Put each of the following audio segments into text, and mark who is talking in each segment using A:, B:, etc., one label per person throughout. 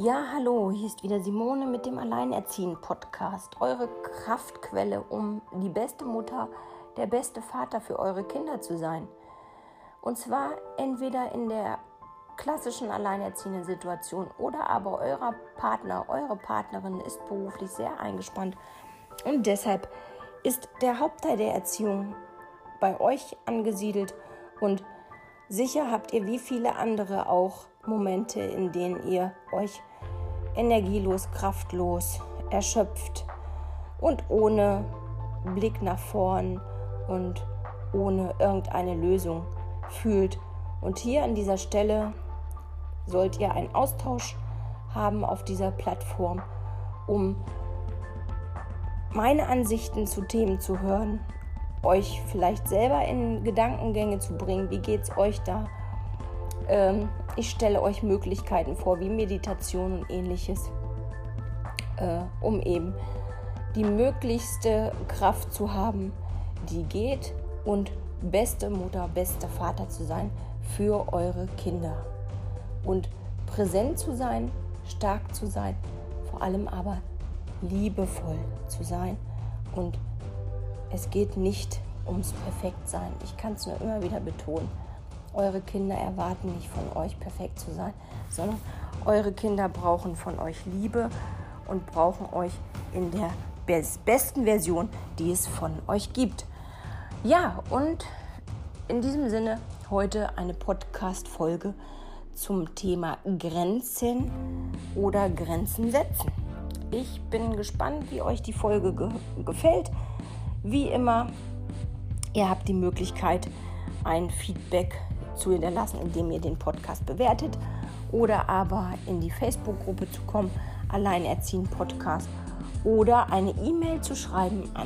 A: Ja, hallo, hier ist wieder Simone mit dem Alleinerziehen-Podcast. Eure Kraftquelle, um die beste Mutter, der beste Vater für eure Kinder zu sein. Und zwar entweder in der klassischen alleinerziehenden Situation oder aber euer Partner, eure Partnerin ist beruflich sehr eingespannt. Und deshalb ist der Hauptteil der Erziehung bei euch angesiedelt und sicher habt ihr wie viele andere auch Momente, in denen ihr euch energielos, kraftlos, erschöpft und ohne Blick nach vorn und ohne irgendeine Lösung fühlt. Und hier an dieser Stelle sollt ihr einen Austausch haben auf dieser Plattform, um meine Ansichten zu Themen zu hören, euch vielleicht selber in Gedankengänge zu bringen. Wie geht's euch da? Ich stelle euch Möglichkeiten vor, wie Meditation und ähnliches, um eben die möglichste Kraft zu haben, die geht, und beste Mutter, bester Vater zu sein für eure Kinder. Und präsent zu sein, stark zu sein, vor allem aber liebevoll zu sein. Und es geht nicht ums Perfektsein. Ich kann es nur immer wieder betonen. Eure Kinder erwarten nicht von euch, perfekt zu sein, sondern eure Kinder brauchen von euch Liebe und brauchen euch in der besten Version, die es von euch gibt. Ja, und in diesem Sinne heute eine Podcast-Folge zum Thema Grenzen oder Grenzen setzen. Ich bin gespannt, wie euch die Folge gefällt. Wie immer, ihr habt die Möglichkeit, ein Feedback zu hinterlassen, indem ihr den Podcast bewertet oder aber in die Facebook-Gruppe zu kommen, Alleinerziehen-Podcast, oder eine E-Mail zu schreiben an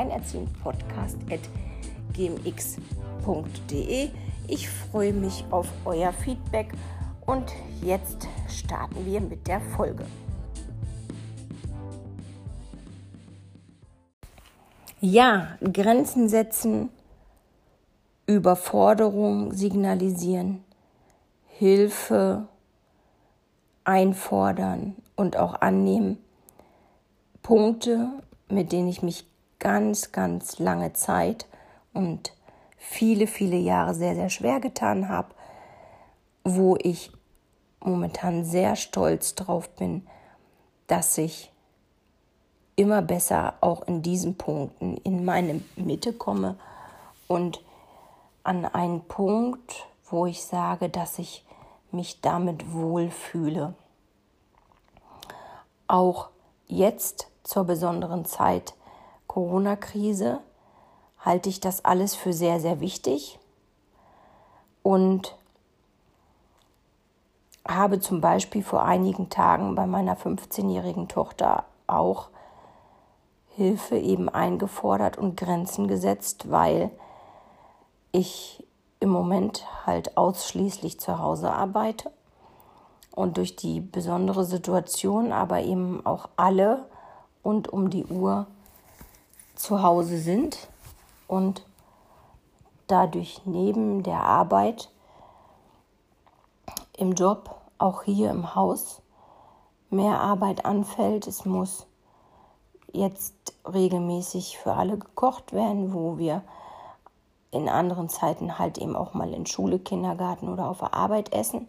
A: alleinerziehenpodcast@gmx.de. Ich freue mich auf euer Feedback und jetzt starten wir mit der Folge. Ja, Grenzen setzen, Überforderung signalisieren, Hilfe einfordern und auch annehmen. Punkte, mit denen ich mich ganz, ganz lange Zeit und viele, viele Jahre sehr, sehr schwer getan habe, wo ich momentan sehr stolz drauf bin, dass ich immer besser auch in diesen Punkten in meine Mitte komme und an einen Punkt, wo ich sage, dass ich mich damit wohlfühle. Auch jetzt zur besonderen Zeit Corona-Krise halte ich das alles für sehr, sehr wichtig und habe zum Beispiel vor einigen Tagen bei meiner 15-jährigen Tochter auch Hilfe eben eingefordert und Grenzen gesetzt, weil ich im Moment halt ausschließlich zu Hause arbeite und durch die besondere Situation aber eben auch alle rund um die Uhr zu Hause sind und dadurch neben der Arbeit im Job auch hier im Haus mehr Arbeit anfällt. Es muss jetzt regelmäßig für alle gekocht werden, wo wir in anderen Zeiten halt eben auch mal in Schule, Kindergarten oder auf der Arbeit essen.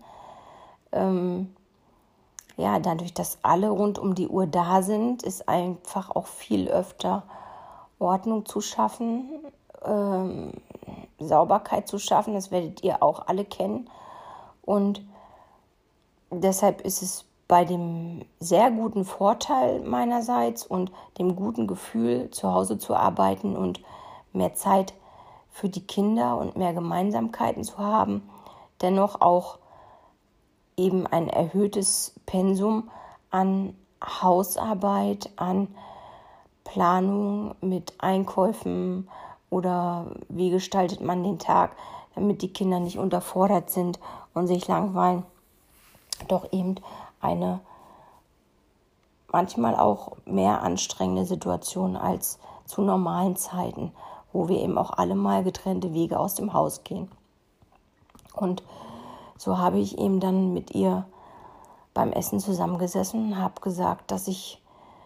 A: Dadurch, dass alle rund um die Uhr da sind, ist einfach auch viel öfter Ordnung zu schaffen, Sauberkeit zu schaffen. Das werdet ihr auch alle kennen. Und deshalb ist es bei dem sehr guten Vorteil meinerseits und dem guten Gefühl, zu Hause zu arbeiten und mehr Zeit für die Kinder und mehr Gemeinsamkeiten zu haben, dennoch auch eben ein erhöhtes Pensum an Hausarbeit, an Planung mit Einkäufen oder wie gestaltet man den Tag, damit die Kinder nicht unterfordert sind und sich langweilen. Doch eben eine manchmal auch mehr anstrengende Situation als zu normalen Zeiten, wo wir eben auch alle mal getrennte Wege aus dem Haus gehen. Und so habe ich eben dann mit ihr beim Essen zusammengesessen und habe gesagt, dass ich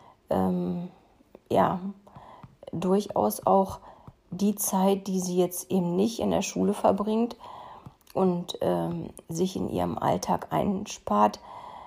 A: durchaus auch die Zeit, die sie jetzt eben nicht in der Schule verbringt und sich in ihrem Alltag einspart,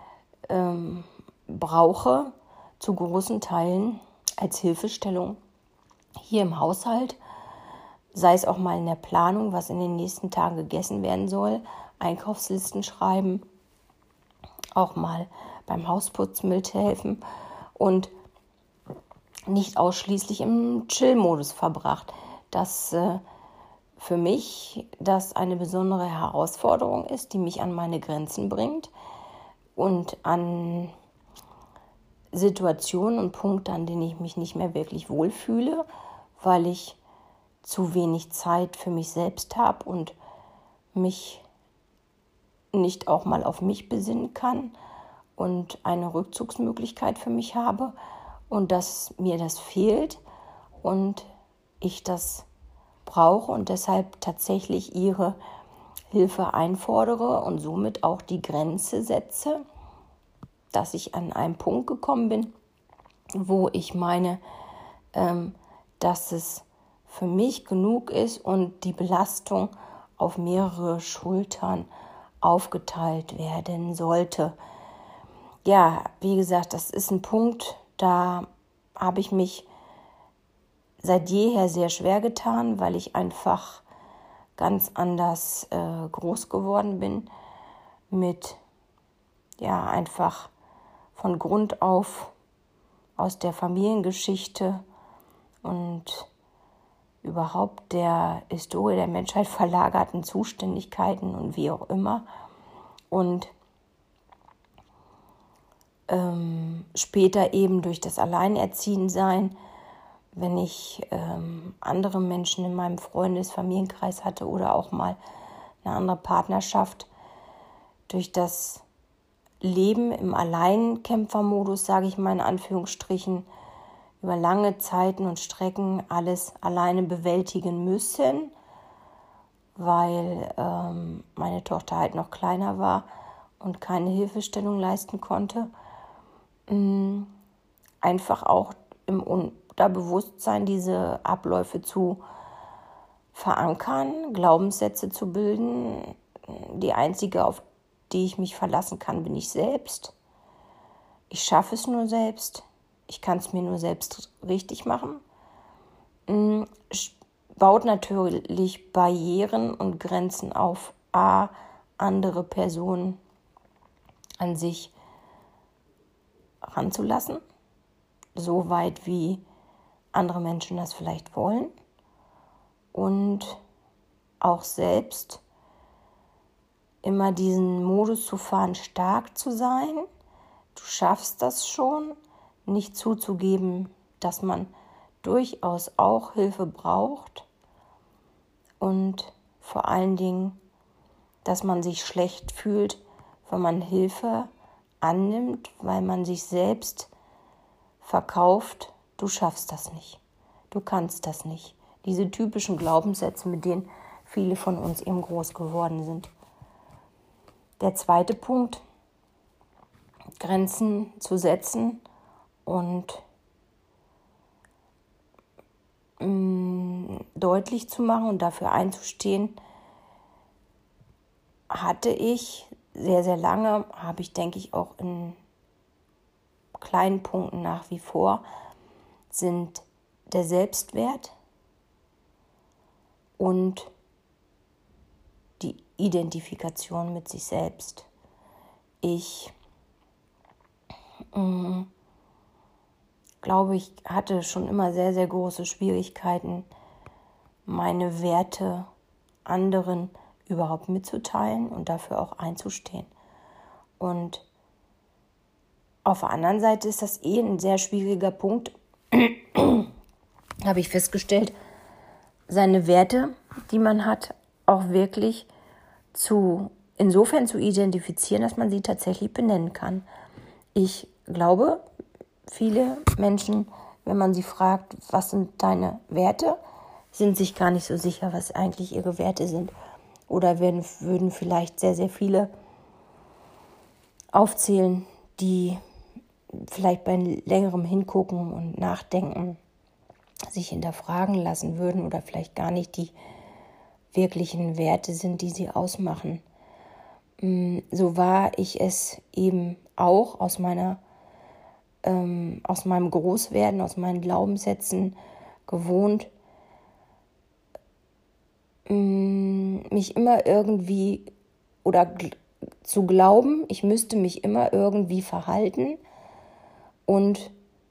A: brauche zu großen Teilen als Hilfestellung hier im Haushalt, sei es auch mal in der Planung, was in den nächsten Tagen gegessen werden soll, Einkaufslisten schreiben, auch mal beim Hausputz mithelfen und nicht ausschließlich im Chill-Modus verbracht. Dass für mich das eine besondere Herausforderung ist, die mich an meine Grenzen bringt und an Situationen und Punkte, an denen ich mich nicht mehr wirklich wohlfühle, weil ich zu wenig Zeit für mich selbst habe und mich nicht auch mal auf mich besinnen kann und eine Rückzugsmöglichkeit für mich habe und dass mir das fehlt und ich das brauche und deshalb tatsächlich ihre Hilfe einfordere und somit auch die Grenze setze, dass ich an einen Punkt gekommen bin, wo ich meine, dass es für mich genug ist und die Belastung auf mehrere Schultern aufgeteilt werden sollte. Ja, wie gesagt, das ist ein Punkt, da habe ich mich seit jeher sehr schwer getan, weil ich einfach ganz anders groß geworden bin, mit einfach von Grund auf aus der Familiengeschichte und überhaupt der Historie der Menschheit verlagerten Zuständigkeiten und wie auch immer. Und später eben durch das Alleinerziehensein, wenn ich andere Menschen in meinem Familienkreis hatte oder auch mal eine andere Partnerschaft, durch das Leben im Alleinkämpfermodus, sage ich mal in Anführungsstrichen, über lange Zeiten und Strecken alles alleine bewältigen müssen, weil meine Tochter halt noch kleiner war und keine Hilfestellung leisten konnte. Einfach auch im Unterbewusstsein diese Abläufe zu verankern, Glaubenssätze zu bilden. Die einzige, auf die ich mich verlassen kann, bin ich selbst. Ich schaffe es nur selbst. Ich kann es mir nur selbst richtig machen. Baut natürlich Barrieren und Grenzen auf andere Personen an sich ranzulassen, so weit wie andere Menschen das vielleicht wollen und auch selbst immer diesen Modus zu fahren, stark zu sein. Du schaffst das schon, nicht zuzugeben, dass man durchaus auch Hilfe braucht und vor allen Dingen, dass man sich schlecht fühlt, wenn man Hilfe annimmt, weil man sich selbst verkauft, du schaffst das nicht, du kannst das nicht. Diese typischen Glaubenssätze, mit denen viele von uns eben groß geworden sind. Der zweite Punkt, Grenzen zu setzen und deutlich zu machen und dafür einzustehen, hatte ich sehr, sehr lange, habe ich, denke ich, auch in kleinen Punkten nach wie vor, sind der Selbstwert und die Identifikation mit sich selbst. Ich glaube, ich hatte schon immer sehr, sehr große Schwierigkeiten, meine Werte anderen überhaupt mitzuteilen und dafür auch einzustehen. Und auf der anderen Seite ist das ein sehr schwieriger Punkt, habe ich festgestellt, seine Werte, die man hat, auch wirklich insofern zu identifizieren, dass man sie tatsächlich benennen kann. Ich glaube, viele Menschen, wenn man sie fragt, was sind deine Werte, sind sich gar nicht so sicher, was eigentlich ihre Werte sind. Oder würden vielleicht sehr, sehr viele aufzählen, die vielleicht bei längerem Hingucken und Nachdenken sich hinterfragen lassen würden oder vielleicht gar nicht die wirklichen Werte sind, die sie ausmachen. So war ich es eben auch aus meinem Großwerden, aus meinen Glaubenssätzen gewohnt, mich immer irgendwie oder zu glauben, ich müsste mich immer irgendwie verhalten und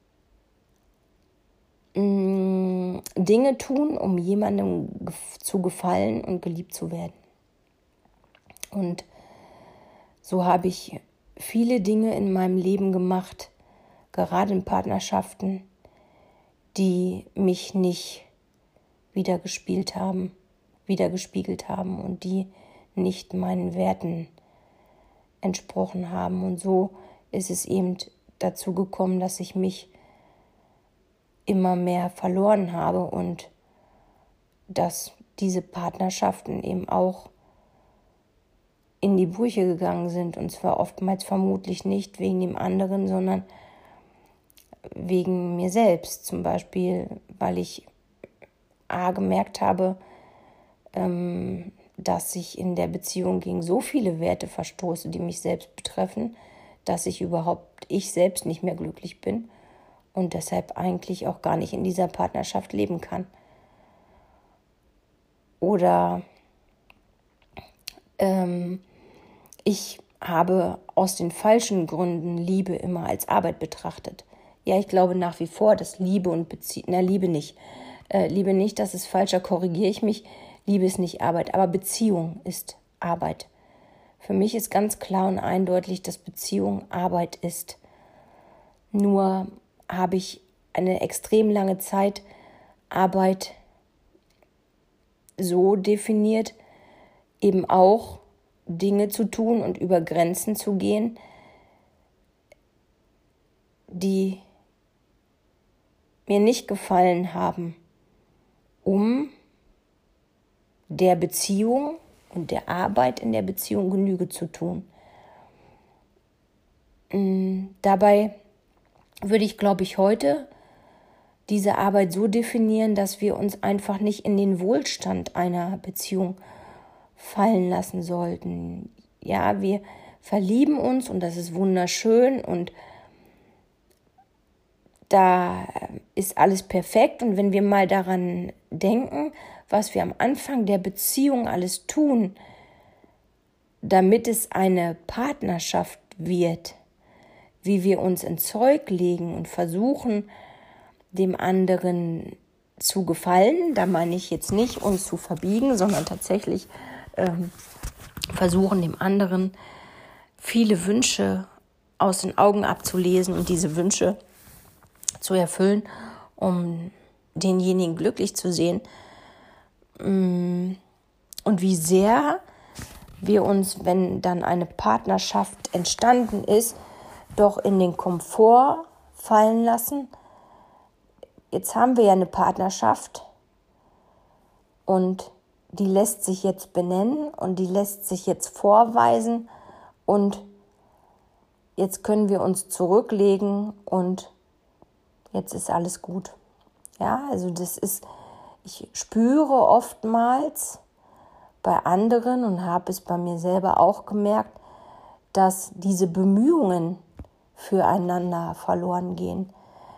A: Dinge tun, um jemandem zu gefallen und geliebt zu werden. Und so habe ich viele Dinge in meinem Leben gemacht, gerade in Partnerschaften, die mich nicht widergespiegelt haben und die nicht meinen Werten entsprochen haben. Und so ist es eben dazu gekommen, dass ich mich immer mehr verloren habe und dass diese Partnerschaften eben auch in die Brüche gegangen sind. Und zwar oftmals vermutlich nicht wegen dem anderen, sondern wegen mir selbst. Zum Beispiel, weil ich gemerkt habe, dass ich in der Beziehung gegen so viele Werte verstoße, die mich selbst betreffen, dass ich selbst nicht mehr glücklich bin und deshalb eigentlich auch gar nicht in dieser Partnerschaft leben kann. Oder ich habe aus den falschen Gründen Liebe immer als Arbeit betrachtet. Ja, ich glaube nach wie vor, dass Liebe und Beziehung, Liebe nicht, das ist falsch, da korrigiere ich mich. Liebe ist nicht Arbeit, aber Beziehung ist Arbeit. Für mich ist ganz klar und eindeutig, dass Beziehung Arbeit ist. Nur habe ich eine extrem lange Zeit Arbeit so definiert, eben auch Dinge zu tun und über Grenzen zu gehen, die mir nicht gefallen haben, um der Beziehung und der Arbeit in der Beziehung Genüge zu tun. Dabei würde ich, glaube ich, heute diese Arbeit so definieren, dass wir uns einfach nicht in den Wohlstand einer Beziehung fallen lassen sollten. Ja, wir verlieben uns und das ist wunderschön und da ist alles perfekt. Und wenn wir mal daran denken, was wir am Anfang der Beziehung alles tun, damit es eine Partnerschaft wird, wie wir uns ins Zeug legen und versuchen, dem anderen zu gefallen, da meine ich jetzt nicht, uns zu verbiegen, sondern tatsächlich versuchen, dem anderen viele Wünsche aus den Augen abzulesen und diese Wünsche zu erfüllen, um denjenigen glücklich zu sehen. Und wie sehr wir uns, wenn dann eine Partnerschaft entstanden ist, doch in den Komfort fallen lassen. Jetzt haben wir ja eine Partnerschaft und die lässt sich jetzt benennen und die lässt sich jetzt vorweisen und jetzt können wir uns zurücklegen und jetzt ist alles gut. Ja, also ich spüre oftmals bei anderen und habe es bei mir selber auch gemerkt, dass diese Bemühungen füreinander verloren gehen.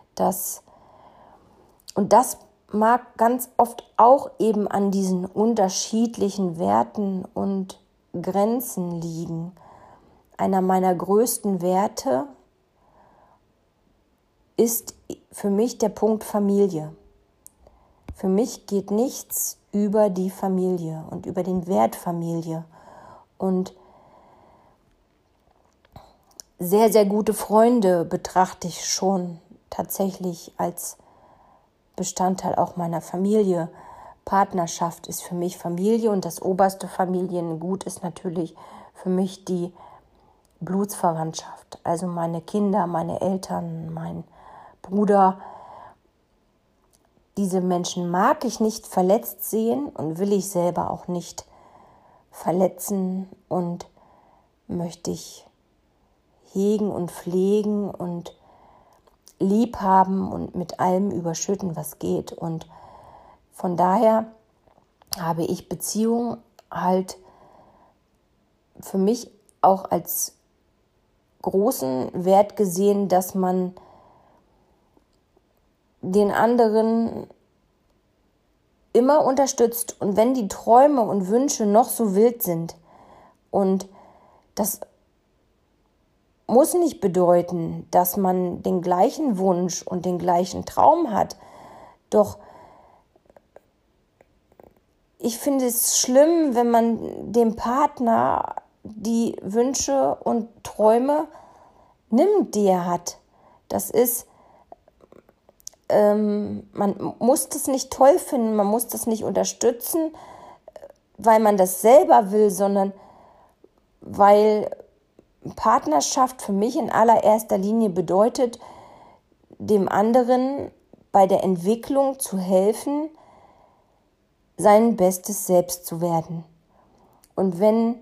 A: Und das mag ganz oft auch eben an diesen unterschiedlichen Werten und Grenzen liegen. Einer meiner größten Werte ist für mich der Punkt Familie. Für mich geht nichts über die Familie und über den Wert Familie. Und sehr, sehr gute Freunde betrachte ich schon tatsächlich als Bestandteil auch meiner Familie. Partnerschaft ist für mich Familie und das oberste Familiengut ist natürlich für mich die Blutsverwandtschaft. Also meine Kinder, meine Eltern, mein Bruder. Diese Menschen mag ich nicht verletzt sehen und will ich selber auch nicht verletzen und möchte ich hegen und pflegen und lieb haben und mit allem überschütten, was geht. Und von daher habe ich Beziehung halt für mich auch als großen Wert gesehen, dass man den anderen immer unterstützt. Und wenn die Träume und Wünsche noch so wild sind, und das muss nicht bedeuten, dass man den gleichen Wunsch und den gleichen Traum hat. Doch ich finde es schlimm, wenn man dem Partner die Wünsche und Träume nimmt, die er hat. Das ist, man muss das nicht toll finden, man muss das nicht unterstützen, weil man das selber will, sondern weil Partnerschaft für mich in allererster Linie bedeutet, dem anderen bei der Entwicklung zu helfen, sein bestes Selbst zu werden. Und wenn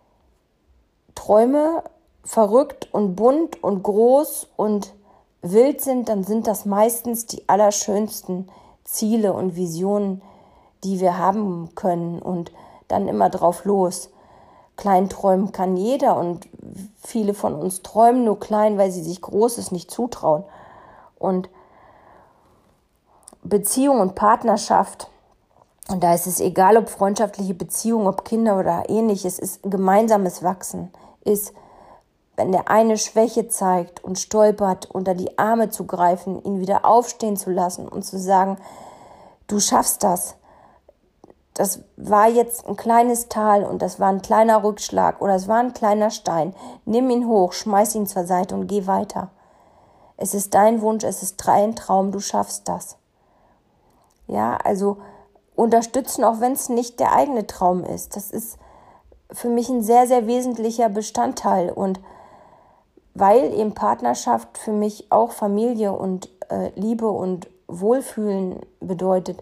A: Träume verrückt und bunt und groß und wild sind, dann sind das meistens die allerschönsten Ziele und Visionen, die wir haben können, und dann immer drauf los. Klein träumen kann jeder, und viele von uns träumen nur klein, weil sie sich Großes nicht zutrauen. Und Beziehung und Partnerschaft, und da ist es egal, ob freundschaftliche Beziehung, ob Kinder oder ähnliches, ist gemeinsames Wachsen, ist, wenn der eine Schwäche zeigt und stolpert, unter die Arme zu greifen, ihn wieder aufstehen zu lassen und zu sagen, du schaffst das. Das war jetzt ein kleines Tal und das war ein kleiner Rückschlag oder es war ein kleiner Stein. Nimm ihn hoch, schmeiß ihn zur Seite und geh weiter. Es ist dein Wunsch, es ist dein Traum, du schaffst das. Ja, also unterstützen, auch wenn es nicht der eigene Traum ist. Das ist für mich ein sehr, sehr wesentlicher Bestandteil. Und weil eben Partnerschaft für mich auch Familie und Liebe und Wohlfühlen bedeutet,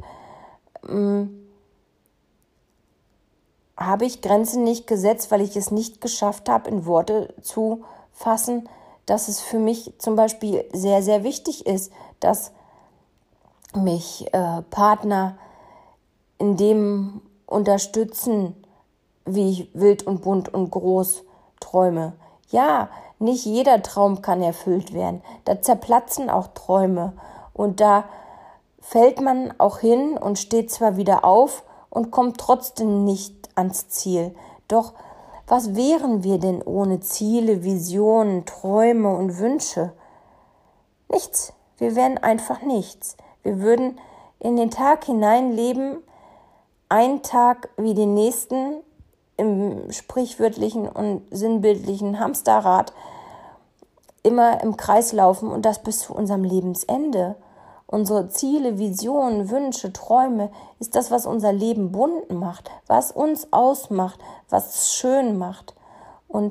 A: habe ich Grenzen nicht gesetzt, weil ich es nicht geschafft habe, in Worte zu fassen, dass es für mich zum Beispiel sehr, sehr wichtig ist, dass mich Partner in dem unterstützen, wie ich wild und bunt und groß träume. Ja, nicht jeder Traum kann erfüllt werden. Da zerplatzen auch Träume und da fällt man auch hin und steht zwar wieder auf und kommt trotzdem nicht ans Ziel. Doch was wären wir denn ohne Ziele, Visionen, Träume und Wünsche? Nichts. Wir wären einfach nichts. Wir würden in den Tag hinein leben, einen Tag wie den nächsten, im sprichwörtlichen und sinnbildlichen Hamsterrad, immer im Kreis laufen, und das bis zu unserem Lebensende. Unsere Ziele, Visionen, Wünsche, Träume ist das, was unser Leben bunt macht, was uns ausmacht, was es schön macht. Und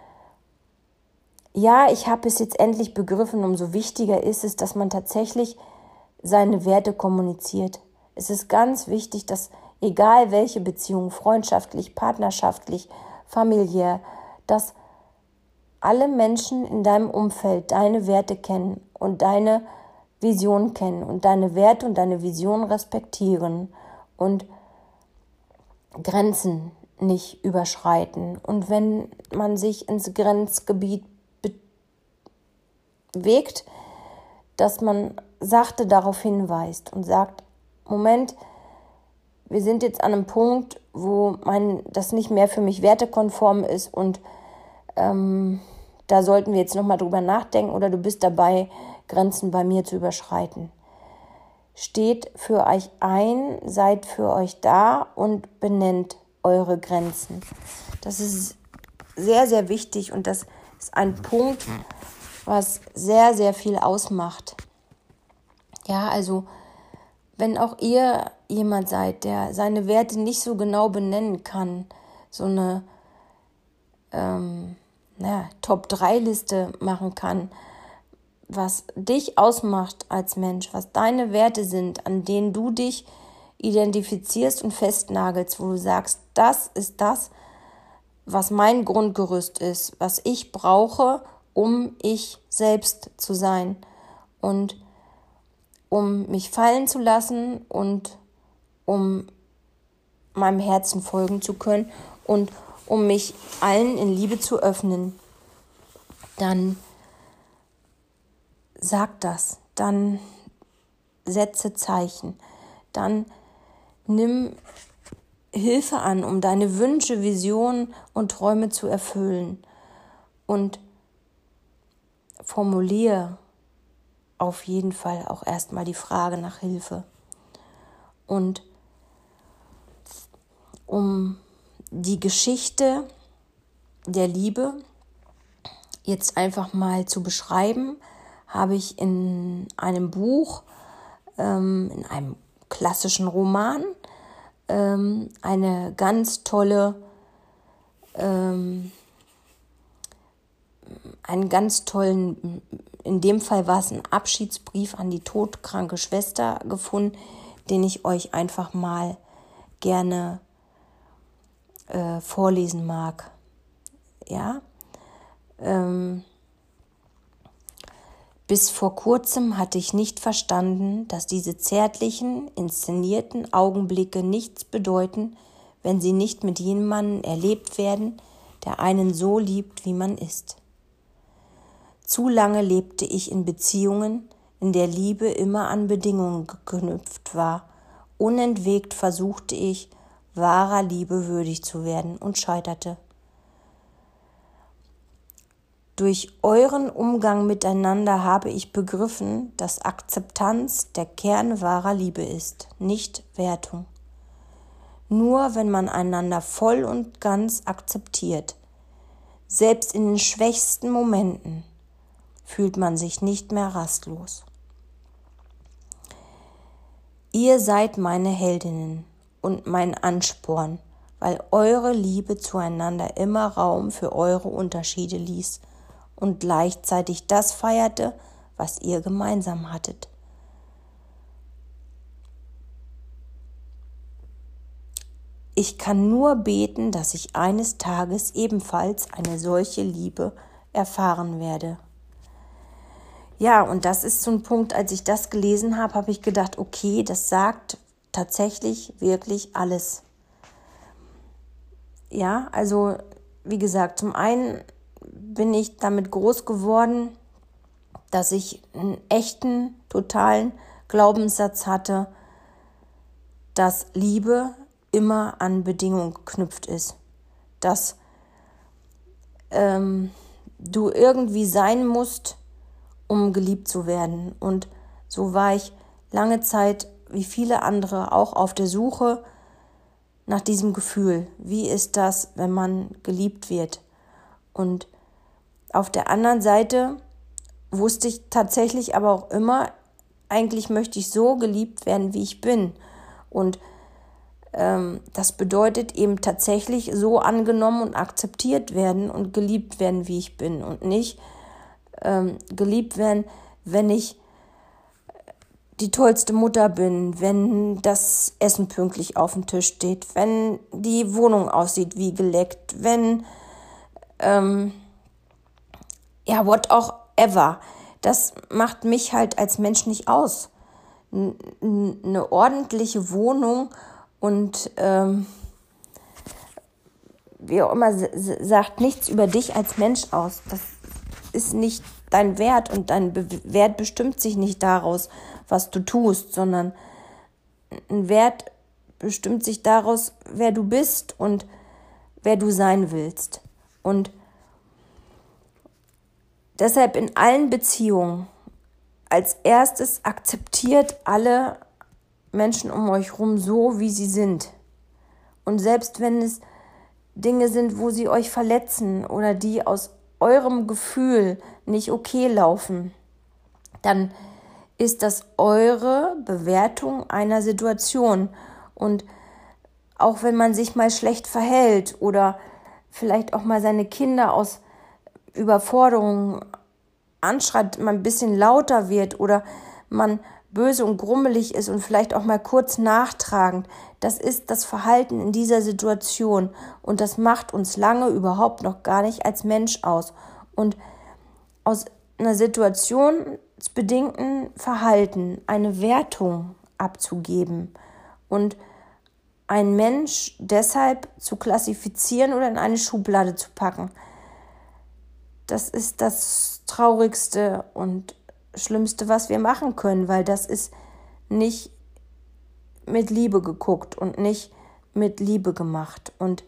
A: ja, ich habe es jetzt endlich begriffen, umso wichtiger ist es, dass man tatsächlich seine Werte kommuniziert. Es ist ganz wichtig, dass egal welche Beziehung, freundschaftlich, partnerschaftlich, familiär, dass alle Menschen in deinem Umfeld deine Werte kennen und deine Vision kennen und deine Werte und deine Vision respektieren und Grenzen nicht überschreiten. Und wenn man sich ins Grenzgebiet bewegt, dass man sachte darauf hinweist und sagt, Moment, wir sind jetzt an einem Punkt, wo das nicht mehr für mich wertekonform ist, und da sollten wir jetzt nochmal drüber nachdenken, oder du bist dabei, Grenzen bei mir zu überschreiten. Steht für euch ein, seid für euch da und benennt eure Grenzen. Das ist sehr, sehr wichtig, und das ist ein Punkt, was sehr, sehr viel ausmacht. Ja, also wenn auch ihr jemand seid, der seine Werte nicht so genau benennen kann, so eine Top-3-Liste machen kann, was dich ausmacht als Mensch, was deine Werte sind, an denen du dich identifizierst und festnagelst, wo du sagst, das ist das, was mein Grundgerüst ist, was ich brauche, um ich selbst zu sein und um mich fallen zu lassen und um meinem Herzen folgen zu können und um mich allen in Liebe zu öffnen, dann sag das, dann setze Zeichen, dann nimm Hilfe an, um deine Wünsche, Visionen und Träume zu erfüllen und formuliere auf jeden Fall auch erstmal die Frage nach Hilfe. Und um die Geschichte der Liebe jetzt einfach mal zu beschreiben, habe ich in einem Buch, in einem klassischen Roman, eine ganz tolle, einen ganz tollen, in dem Fall war es ein Abschiedsbrief an die todkranke Schwester gefunden, den ich euch einfach mal gerne vorlesen mag. Ja, bis vor kurzem hatte ich nicht verstanden, dass diese zärtlichen, inszenierten Augenblicke nichts bedeuten, wenn sie nicht mit jemandem erlebt werden, der einen so liebt, wie man ist. Zu lange lebte ich in Beziehungen, in der Liebe immer an Bedingungen geknüpft war. Unentwegt versuchte ich, wahrer Liebe würdig zu werden und scheiterte. Durch euren Umgang miteinander habe ich begriffen, dass Akzeptanz der Kern wahrer Liebe ist, nicht Wertung. Nur wenn man einander voll und ganz akzeptiert, selbst in den schwächsten Momenten, fühlt man sich nicht mehr rastlos. Ihr seid meine Heldinnen und mein Ansporn, weil eure Liebe zueinander immer Raum für eure Unterschiede ließ und gleichzeitig das feierte, was ihr gemeinsam hattet. Ich kann nur beten, dass ich eines Tages ebenfalls eine solche Liebe erfahren werde. Ja, und das ist so ein Punkt, als ich das gelesen habe, habe ich gedacht, okay, das sagt tatsächlich wirklich alles. Ja, also wie gesagt, zum einen bin ich damit groß geworden, dass ich einen echten, totalen Glaubenssatz hatte, dass Liebe immer an Bedingungen geknüpft ist. Dass du irgendwie sein musst, um geliebt zu werden. Und so war ich lange Zeit, wie viele andere, auch auf der Suche nach diesem Gefühl. Wie ist das, wenn man geliebt wird? Und auf der anderen Seite wusste ich tatsächlich aber auch immer, eigentlich möchte ich so geliebt werden, wie ich bin. Und das bedeutet eben tatsächlich so angenommen und akzeptiert werden und geliebt werden, wie ich bin. Und nicht geliebt werden, wenn ich die tollste Mutter bin, wenn das Essen pünktlich auf dem Tisch steht, wenn die Wohnung aussieht wie geleckt, wenn whatever. Das macht mich halt als Mensch nicht aus. Eine ordentliche Wohnung und wie auch immer, sagt nichts über dich als Mensch aus. Das ist nicht dein Wert und dein Wert bestimmt sich nicht daraus, was du tust, sondern ein Wert bestimmt sich daraus, wer du bist und wer du sein willst. Und deshalb in allen Beziehungen als erstes akzeptiert alle Menschen um euch rum so, wie sie sind. Und selbst wenn es Dinge sind, wo sie euch verletzen oder die aus eurem Gefühl nicht okay laufen, dann ist das eure Bewertung einer Situation. Und auch wenn man sich mal schlecht verhält oder vielleicht auch mal seine Kinder aus Überforderung anschreit, man ein bisschen lauter wird oder man böse und grummelig ist und vielleicht auch mal kurz nachtragend, das ist das Verhalten in dieser Situation und das macht uns lange überhaupt noch gar nicht als Mensch aus. Und aus einer situationsbedingten Verhalten eine Wertung abzugeben und einen Mensch deshalb zu klassifizieren oder in eine Schublade zu packen. Das ist das Traurigste und Schlimmste, was wir machen können, weil das ist nicht mit Liebe geguckt und nicht mit Liebe gemacht. Und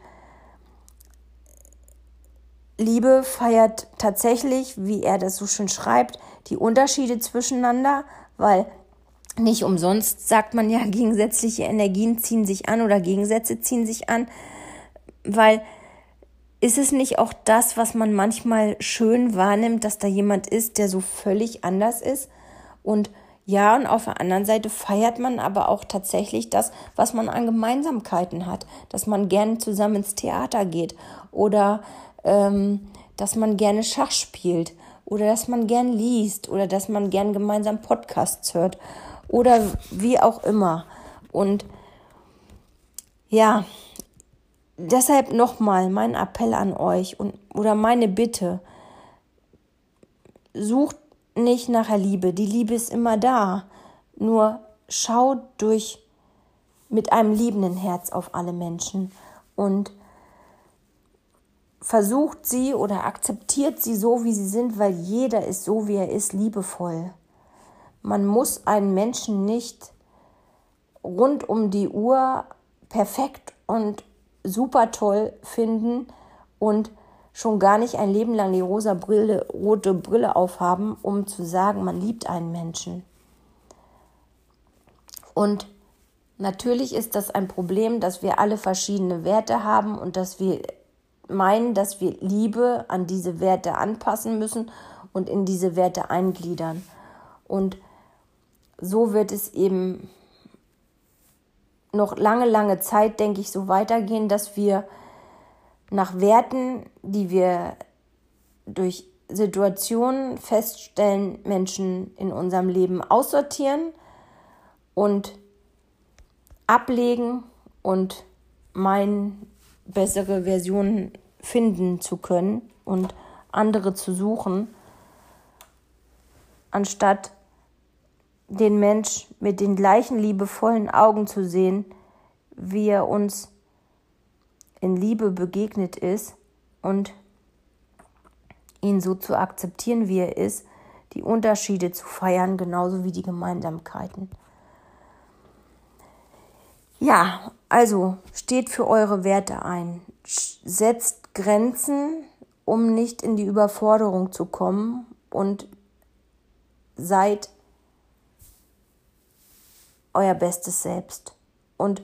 A: Liebe feiert tatsächlich, wie er das so schön schreibt, die Unterschiede zwischeneinander, weil nicht umsonst sagt man ja, gegensätzliche Energien ziehen sich an oder Gegensätze ziehen sich an, weil ist es nicht auch das, was man manchmal schön wahrnimmt, dass da jemand ist, der so völlig anders ist? Und ja, und auf der anderen Seite feiert man aber auch tatsächlich das, was man an Gemeinsamkeiten hat, dass man gerne zusammen ins Theater geht oder dass man gerne Schach spielt oder dass man gern liest oder dass man gern gemeinsam Podcasts hört oder wie auch immer. Und ja, deshalb nochmal mein Appell an euch oder meine Bitte, sucht nicht nach der Liebe, die Liebe ist immer da, nur schaut mit einem liebenden Herz auf alle Menschen und versucht sie oder akzeptiert sie so, wie sie sind, weil jeder ist so, wie er ist, liebevoll. Man muss einen Menschen nicht rund um die Uhr perfekt und super toll finden und schon gar nicht ein Leben lang die rote Brille aufhaben, um zu sagen, man liebt einen Menschen. Und natürlich ist das ein Problem, dass wir alle verschiedene Werte haben und dass wir meinen, dass wir Liebe an diese Werte anpassen müssen und in diese Werte eingliedern. Und so wird es eben noch lange, lange Zeit, denke ich, so weitergehen, dass wir nach Werten, die wir durch Situationen feststellen, Menschen in unserem Leben aussortieren und ablegen und meinen, bessere Versionen finden zu können und andere zu suchen, anstatt den Mensch mit den gleichen liebevollen Augen zu sehen, wie er uns in Liebe begegnet ist und ihn so zu akzeptieren, wie er ist, die Unterschiede zu feiern, genauso wie die Gemeinsamkeiten. Ja, also steht für eure Werte ein. Setzt Grenzen, um nicht in die Überforderung zu kommen und seid euer bestes Selbst. Und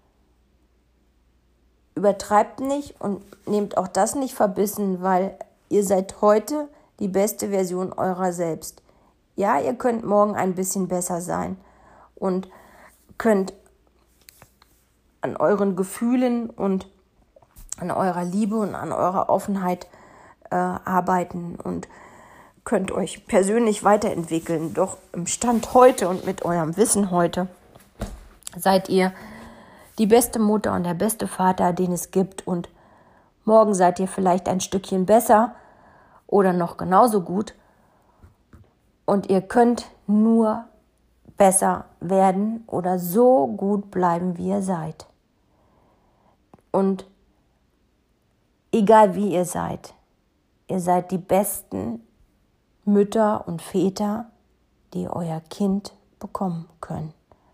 A: übertreibt nicht und nehmt auch das nicht verbissen, weil ihr seid heute die beste Version eurer selbst. Ja, ihr könnt morgen ein bisschen besser sein und könnt an euren Gefühlen und an eurer Liebe und an eurer Offenheit arbeiten und könnt euch persönlich weiterentwickeln. Doch im Stand heute und mit eurem Wissen heute seid ihr die beste Mutter und der beste Vater, den es gibt. Und morgen seid ihr vielleicht ein Stückchen besser oder noch genauso gut. Und ihr könnt nur besser werden oder so gut bleiben, wie ihr seid. Und egal wie ihr seid die besten Mütter und Väter, die euer Kind bekommen können.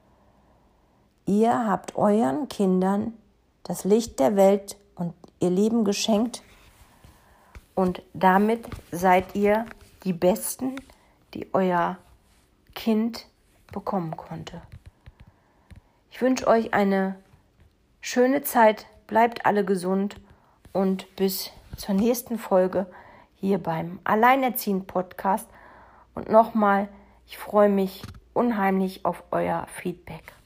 A: Ihr habt euren Kindern das Licht der Welt und ihr Leben geschenkt und damit seid ihr die Besten, die euer Kind bekommen konnte. Ich wünsche euch eine schöne Zeit, bleibt alle gesund und bis zur nächsten Folge hier beim Alleinerziehend-Podcast. Und nochmal, ich freue mich unheimlich auf euer Feedback.